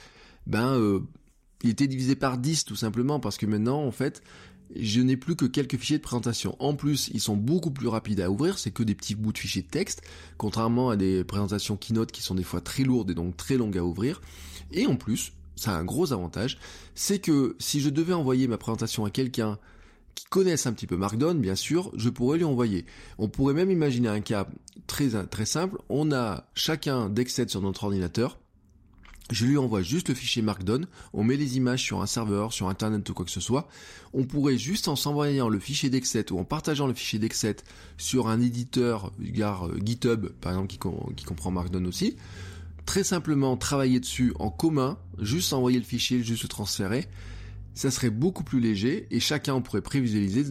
il était divisé par 10 tout simplement parce que maintenant, en fait, je n'ai plus que quelques fichiers de présentation. En plus, ils sont beaucoup plus rapides à ouvrir, c'est que des petits bouts de fichiers de texte, contrairement à des présentations Keynote qui sont des fois très lourdes et donc très longues à ouvrir. Et en plus, ça a un gros avantage, c'est que si je devais envoyer ma présentation à quelqu'un qui connaissent un petit peu Markdown, bien sûr, je pourrais lui envoyer. On pourrait même imaginer un cas très simple. On a chacun Dexet sur notre ordinateur. Je lui envoie juste le fichier Markdown. On met les images sur un serveur, sur Internet ou quoi que ce soit. On pourrait juste en s'envoyant le fichier Dexet ou en partageant le fichier Dexet sur un éditeur, GitHub, par exemple, qui comprend Markdown aussi, très simplement travailler dessus en commun, juste envoyer le fichier, juste le transférer. Ça serait beaucoup plus léger et chacun pourrait prévisualiser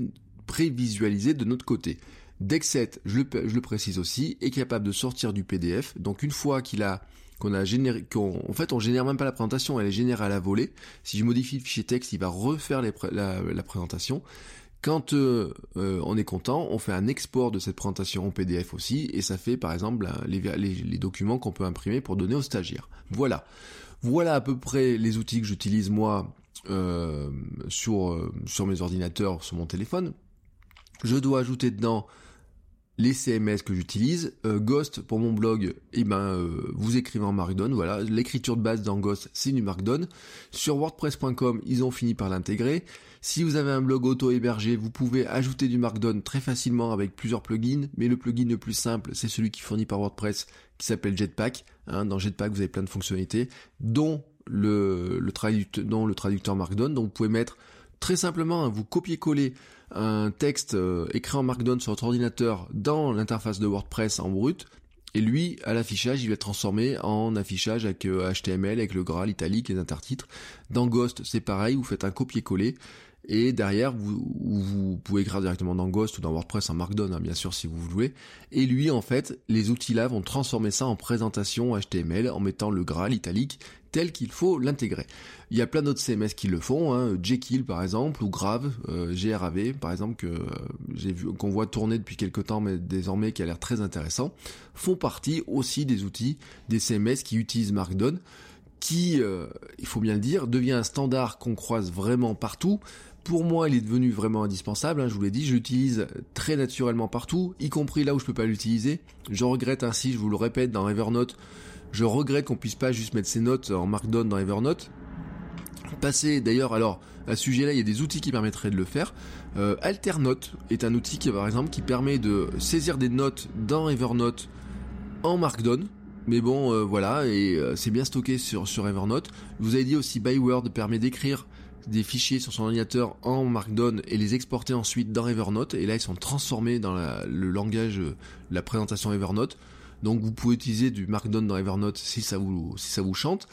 de notre côté. Dexet, je le précise aussi, est capable de sortir du PDF. Donc une fois on génère même pas la présentation, elle est générée à la volée. Si je modifie le fichier texte, il va refaire la présentation. Quand on est content, on fait un export de cette présentation en PDF aussi, et ça fait par exemple les documents qu'on peut imprimer pour donner aux stagiaires. Voilà à peu près les outils que j'utilise moi sur mes ordinateurs, sur mon téléphone. Je dois ajouter dedans les CMS que j'utilise. Ghost pour mon blog, vous écrivez en Markdown, voilà, l'écriture de base dans Ghost, c'est du Markdown. Sur WordPress.com, ils ont fini par l'intégrer. Si vous avez un blog auto-hébergé, vous pouvez ajouter du Markdown très facilement avec plusieurs plugins, mais le plugin le plus simple, c'est celui qui est fourni par WordPress, qui s'appelle Jetpack. Dans Jetpack, vous avez plein de fonctionnalités, dont le traducteur Markdown. Donc vous pouvez mettre très simplement, vous copier-coller un texte écrit en Markdown sur votre ordinateur dans l'interface de WordPress en brut, et lui, à l'affichage, il va être transformé en affichage avec HTML, avec le gras, l'italique, les intertitres. Dans Ghost, c'est pareil, vous faites un copier-coller, et derrière, vous pouvez écrire directement dans Ghost ou dans WordPress en Markdown, bien sûr, si vous voulez. Et lui, en fait, les outils là vont transformer ça en présentation HTML en mettant le gras, l'italique, tel qu'il faut l'intégrer. Il y a plein d'autres CMS qui le font, Jekyll par exemple, ou Grave, GRAV par exemple, qu'on voit tourner depuis quelques temps, mais désormais qui a l'air très intéressant, font partie aussi des outils, des CMS qui utilisent Markdown, qui, il faut bien le dire, devient un standard qu'on croise vraiment partout. Pour moi, il est devenu vraiment indispensable, je vous l'ai dit, je l'utilise très naturellement partout, y compris là où je peux pas l'utiliser. Je regrette ainsi, je vous le répète, dans Evernote, je regrette qu'on puisse pas juste mettre ses notes en Markdown dans Evernote. Passez d'ailleurs, alors à ce sujet-là, il y a des outils qui permettraient de le faire. Alternote est un outil qui, par exemple, qui permet de saisir des notes dans Evernote en Markdown. Mais bon, voilà, et c'est bien stocké sur Evernote. Vous avez dit aussi Byword permet d'écrire des fichiers sur son ordinateur en Markdown et les exporter ensuite dans Evernote. Et là, ils sont transformés dans le langage, la présentation Evernote. Donc, vous pouvez utiliser du Markdown dans Evernote si ça vous chante.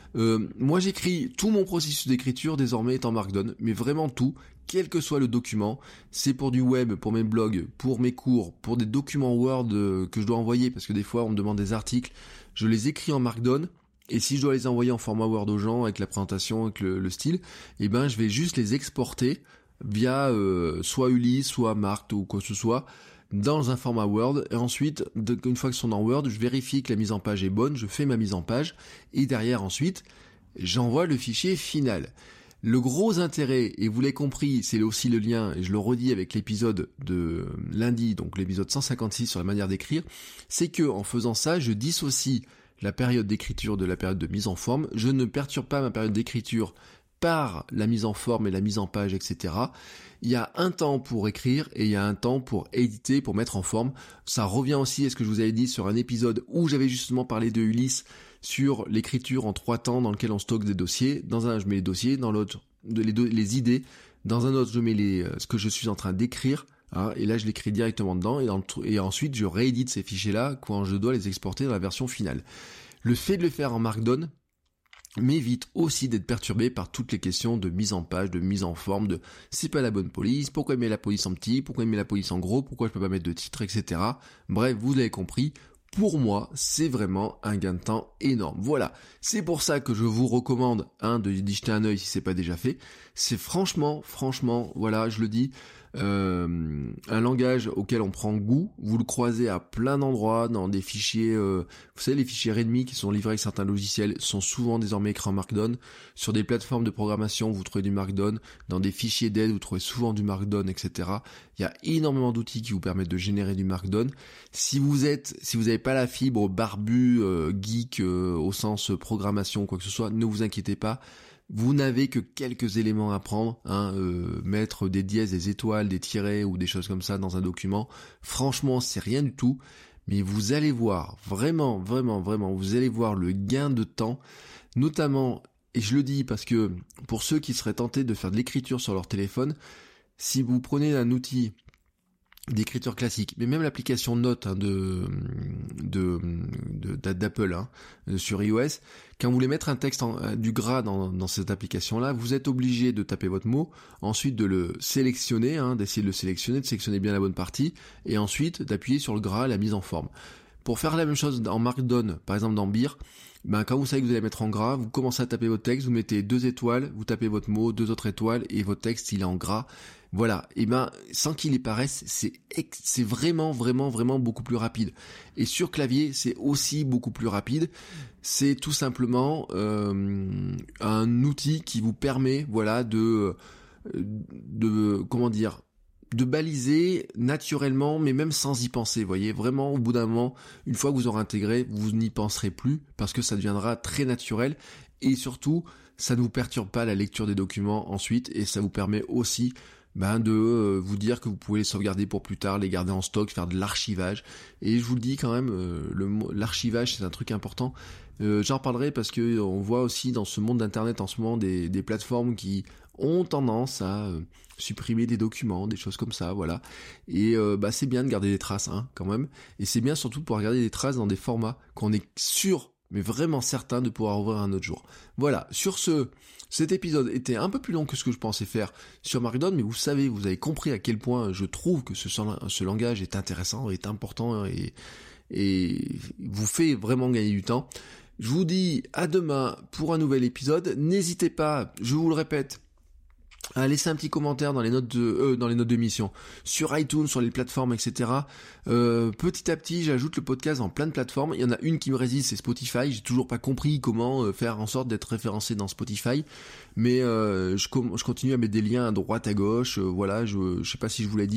Moi, j'écris tout mon processus d'écriture désormais est en Markdown, mais vraiment tout, quel que soit le document. C'est pour du web, pour mes blogs, pour mes cours, pour des documents Word que je dois envoyer, parce que des fois on me demande des articles, je les écris en Markdown. Et si je dois les envoyer en format Word aux gens, avec la présentation, avec le style, eh ben je vais juste les exporter via soit Ulysse, soit Marked ou quoi que ce soit, dans un format Word. Et ensuite, une fois qu'ils sont dans Word, je vérifie que la mise en page est bonne, je fais ma mise en page, et derrière ensuite, j'envoie le fichier final. Le gros intérêt, et vous l'avez compris, c'est aussi le lien, et je le redis avec l'épisode de lundi, donc l'épisode 156 sur la manière d'écrire, c'est que en faisant ça, je dissocie la période d'écriture de la période de mise en forme, je ne perturbe pas ma période d'écriture par la mise en forme et la mise en page, etc. Il y a un temps pour écrire et il y a un temps pour éditer, pour mettre en forme. Ça revient aussi à ce que je vous avais dit sur un épisode où j'avais justement parlé de Ulysse sur l'écriture en 3 temps dans lequel on stocke des dossiers. Dans un, je mets les dossiers, dans l'autre, les idées. Dans un autre, je mets ce que je suis en train d'écrire. Hein, et là, je l'écris directement dedans et ensuite, je réédite ces fichiers-là quand je dois les exporter dans la version finale. Le fait de le faire en Markdown m'évite aussi d'être perturbé par toutes les questions de mise en page, de mise en forme, de c'est pas la bonne police, pourquoi il met la police en petit, pourquoi il met la police en gros, pourquoi je peux pas mettre de titre, etc. Bref, vous l'avez compris. Pour moi, c'est vraiment un gain de temps énorme. Voilà, c'est pour ça que je vous recommande d'y jeter un œil si c'est pas déjà fait. C'est franchement, voilà, je le dis, un langage auquel on prend goût. Vous le croisez à plein d'endroits, dans des fichiers, vous savez, les fichiers README qui sont livrés avec certains logiciels sont souvent désormais écrits en Markdown. Sur des plateformes de programmation, vous trouvez du Markdown. Dans des fichiers d'aide, vous trouvez souvent du Markdown, etc. Il y a énormément d'outils qui vous permettent de générer du Markdown. Si vous avez pas la fibre barbu, geek, au sens programmation, quoi que ce soit, ne vous inquiétez pas. Vous n'avez que quelques éléments à prendre, mettre des dièses, des étoiles, des tirets ou des choses comme ça dans un document. Franchement, c'est rien du tout, mais vous allez voir, vraiment, vous allez voir le gain de temps, notamment, et je le dis parce que pour ceux qui seraient tentés de faire de l'écriture sur leur téléphone, si vous prenez un outil d'écriture classique, mais même l'application Note d'Apple sur iOS, quand vous voulez mettre un texte du gras dans cette application-là, vous êtes obligé de taper votre mot, ensuite de le sélectionner, d'essayer de le sélectionner, de sélectionner bien la bonne partie, et ensuite d'appuyer sur le gras, la mise en forme. Pour faire la même chose en Markdown, par exemple dans Beer, quand vous savez que vous allez mettre en gras, vous commencez à taper votre texte, vous mettez 2 étoiles, vous tapez votre mot, 2 autres étoiles, et votre texte il est en gras. Voilà, et sans qu'il y paraisse, c'est vraiment beaucoup plus rapide. Et sur clavier, c'est aussi beaucoup plus rapide. C'est tout simplement un outil qui vous permet, voilà, de baliser naturellement, mais même sans y penser, vous voyez, vraiment au bout d'un moment, une fois que vous aurez intégré, vous n'y penserez plus, parce que ça deviendra très naturel, et surtout, ça ne vous perturbe pas la lecture des documents ensuite, et ça vous permet aussi de vous dire que vous pouvez les sauvegarder pour plus tard, les garder en stock, faire de l'archivage, et je vous le dis quand même, l'archivage c'est un truc important. J'en reparlerai parce que on voit aussi dans ce monde d'internet en ce moment des plateformes qui ont tendance à supprimer des documents, des choses comme ça, voilà. Et c'est bien de garder des traces, quand même. Et c'est bien surtout de pouvoir garder des traces dans des formats qu'on est sûr, mais vraiment certain de pouvoir ouvrir un autre jour. Voilà, sur cet épisode était un peu plus long que ce que je pensais faire sur Markdown, mais vous avez compris à quel point je trouve que ce langage est intéressant, est important et vous fait vraiment gagner du temps. Je vous dis à demain pour un nouvel épisode. N'hésitez pas, je vous le répète, à laisser un petit commentaire dans les notes d'émission, sur iTunes, sur les plateformes, etc. Petit à petit, j'ajoute le podcast dans plein de plateformes. Il y en a une qui me résiste, c'est Spotify. J'ai toujours pas compris comment faire en sorte d'être référencé dans Spotify, mais je continue à mettre des liens à droite, à gauche. Voilà, je sais pas si je vous l'ai dit.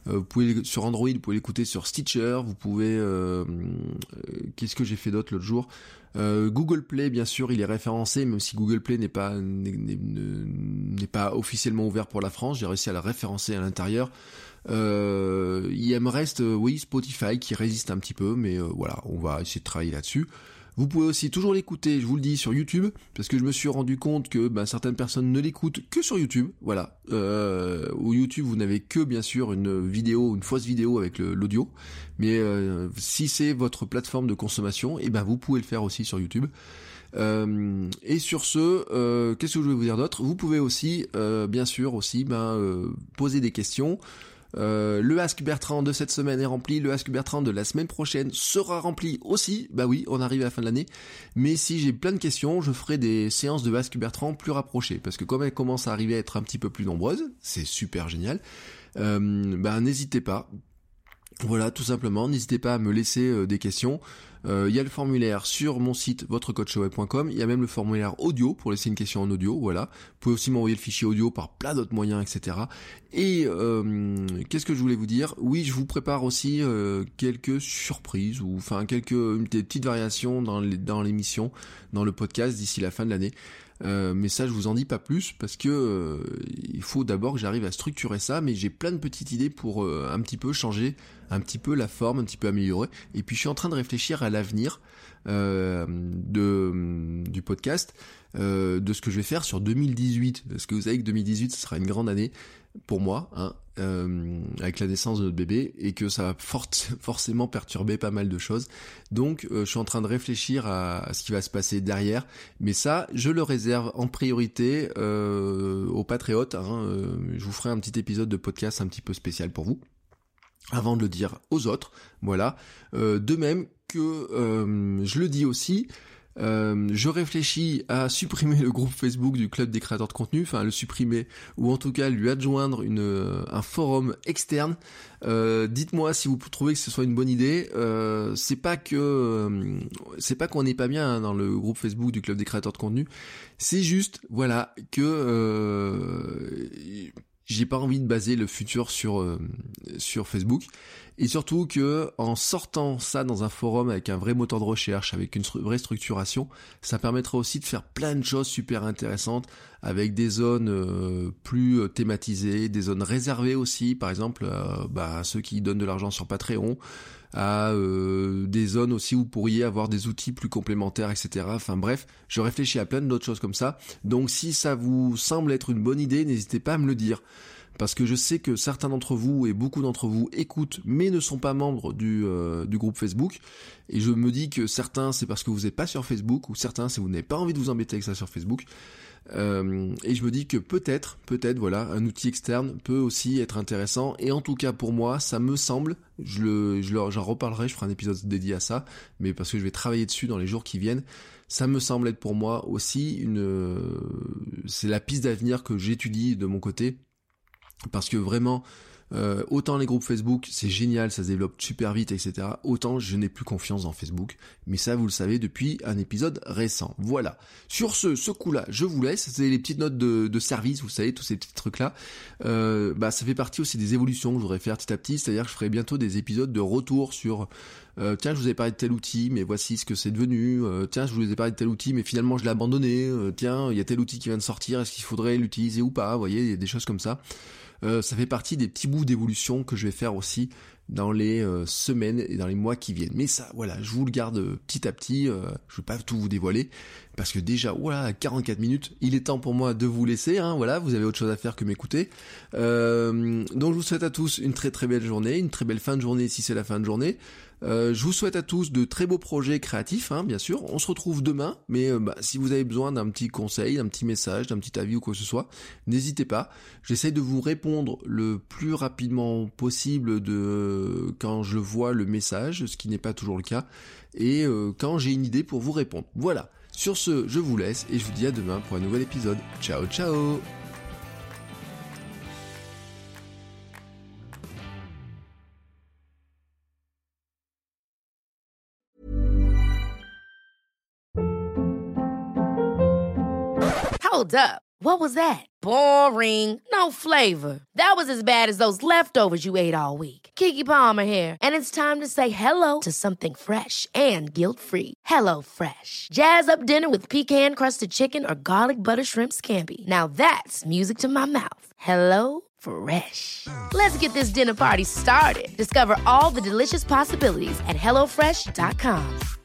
Sur Android, vous pouvez l'écouter sur Stitcher, vous pouvez... qu'est-ce que j'ai fait d'autre l'autre jour ? Google Play, bien sûr, il est référencé, même si Google Play n'est pas officiellement ouvert pour la France, j'ai réussi à le référencer à l'intérieur. Il me reste, Spotify qui résiste un petit peu, mais voilà, on va essayer de travailler là-dessus. Vous pouvez aussi toujours l'écouter, je vous le dis, sur YouTube, parce que je me suis rendu compte que certaines personnes ne l'écoutent que sur YouTube, voilà. Où YouTube, vous n'avez que, bien sûr, une fausse vidéo avec l'audio, mais si c'est votre plateforme de consommation, vous pouvez le faire aussi sur YouTube. Et sur ce, qu'est-ce que je voulais vous dire d'autre ? Vous pouvez aussi, bien sûr, poser des questions. Le Ask Bertrand de cette semaine est rempli, le Ask Bertrand de la semaine prochaine sera rempli aussi, oui, on arrive à la fin de l'année, mais si j'ai plein de questions, je ferai des séances de Ask Bertrand plus rapprochées, parce que comme elles commencent à arriver à être un petit peu plus nombreuses, c'est super génial, n'hésitez pas. Voilà, tout simplement, n'hésitez pas à me laisser des questions. Il y a le formulaire sur mon site votrecoachweb.com, il y a même le formulaire audio pour laisser une question en audio, voilà. Vous pouvez aussi m'envoyer le fichier audio par plein d'autres moyens, etc. Et qu'est-ce que je voulais vous dire ? Oui, je vous prépare aussi quelques surprises, des petites variations dans l'émission, dans le podcast d'ici la fin de l'année. Mais ça je vous en dis pas plus parce que il faut d'abord que j'arrive à structurer ça, mais j'ai plein de petites idées pour un petit peu changer un petit peu la forme, un petit peu améliorer, et puis je suis en train de réfléchir à l'avenir du podcast, de ce que je vais faire sur 2018, parce que vous savez que 2018 ce sera une grande année pour moi, avec la naissance de notre bébé, et que ça va forcément perturber pas mal de choses. Donc je suis en train de réfléchir à ce qui va se passer derrière, mais ça je le réserve en priorité aux patriotes. Je vous ferai un petit épisode de podcast un petit peu spécial pour vous, avant de le dire aux autres, voilà. De même que je le dis aussi, je réfléchis à supprimer le groupe Facebook du Club des créateurs de contenu, le supprimer, ou en tout cas lui adjoindre un forum externe. Dites-moi si vous trouvez que ce soit une bonne idée. C'est pas qu'on n'est pas bien dans le groupe Facebook du Club des créateurs de contenu, c'est juste, voilà, que j'ai pas envie de baser le futur sur Facebook, et surtout que en sortant ça dans un forum avec un vrai moteur de recherche, avec une vraie structuration, ça permettra aussi de faire plein de choses super intéressantes, avec des zones plus thématisées, des zones réservées aussi, par exemple à ceux qui donnent de l'argent sur Patreon, à des zones aussi où vous pourriez avoir des outils plus complémentaires, etc. Enfin bref, je réfléchis à plein d'autres choses comme ça. Donc si ça vous semble être une bonne idée, n'hésitez pas à me le dire. Parce que je sais que certains d'entre vous et beaucoup d'entre vous écoutent mais ne sont pas membres du groupe Facebook, et je me dis que certains c'est parce que vous n'êtes pas sur Facebook, ou certains c'est que vous n'avez pas envie de vous embêter avec ça sur Facebook, et je me dis que peut-être voilà, un outil externe peut aussi être intéressant, et en tout cas pour moi ça me semble, j'en reparlerai, je ferai un épisode dédié à ça, mais parce que je vais travailler dessus dans les jours qui viennent. Ça me semble être pour moi aussi c'est la piste d'avenir que j'étudie de mon côté. Parce que vraiment, autant les groupes Facebook, c'est génial, ça se développe super vite, etc. Autant je n'ai plus confiance dans Facebook. Mais ça, vous le savez depuis un épisode récent. Voilà. Sur ce coup-là, je vous laisse. C'est les petites notes de service, vous savez, tous ces petits trucs-là. Ça fait partie aussi des évolutions que je voudrais faire petit à petit. C'est-à-dire que je ferai bientôt des épisodes de retour sur... tiens, je vous ai parlé de tel outil, mais voici ce que c'est devenu. Tiens, je vous ai parlé de tel outil, mais finalement je l'ai abandonné. Tiens, il y a tel outil qui vient de sortir, est-ce qu'il faudrait l'utiliser ou pas ? Vous voyez, il y a des choses comme ça. Ça fait partie des petits bouts d'évolution que je vais faire aussi dans les semaines et dans les mois qui viennent. Mais ça, voilà, je vous le garde petit à petit, je vais pas tout vous dévoiler, parce que déjà, voilà, 44 minutes, il est temps pour moi de vous laisser, voilà, vous avez autre chose à faire que m'écouter. Donc je vous souhaite à tous une très très belle journée, une très belle fin de journée si c'est la fin de journée. Je vous souhaite à tous de très beaux projets créatifs, bien sûr. On se retrouve demain, mais si vous avez besoin d'un petit conseil, d'un petit message, d'un petit avis ou quoi que ce soit, n'hésitez pas. J'essaie de vous répondre le plus rapidement possible quand je vois le message, ce qui n'est pas toujours le cas, et quand j'ai une idée pour vous répondre. Voilà. Sur ce, je vous laisse et je vous dis à demain pour un nouvel épisode. Ciao, ciao! Hold up. What was that? Boring. No flavor. That was as bad as those leftovers you ate all week. Keke Palmer here, and it's time to say hello to something fresh and guilt-free. Hello Fresh. Jazz up dinner with pecan-crusted chicken or garlic butter shrimp scampi. Now that's music to my mouth. Hello Fresh. Let's get this dinner party started. Discover all the delicious possibilities at HelloFresh.com.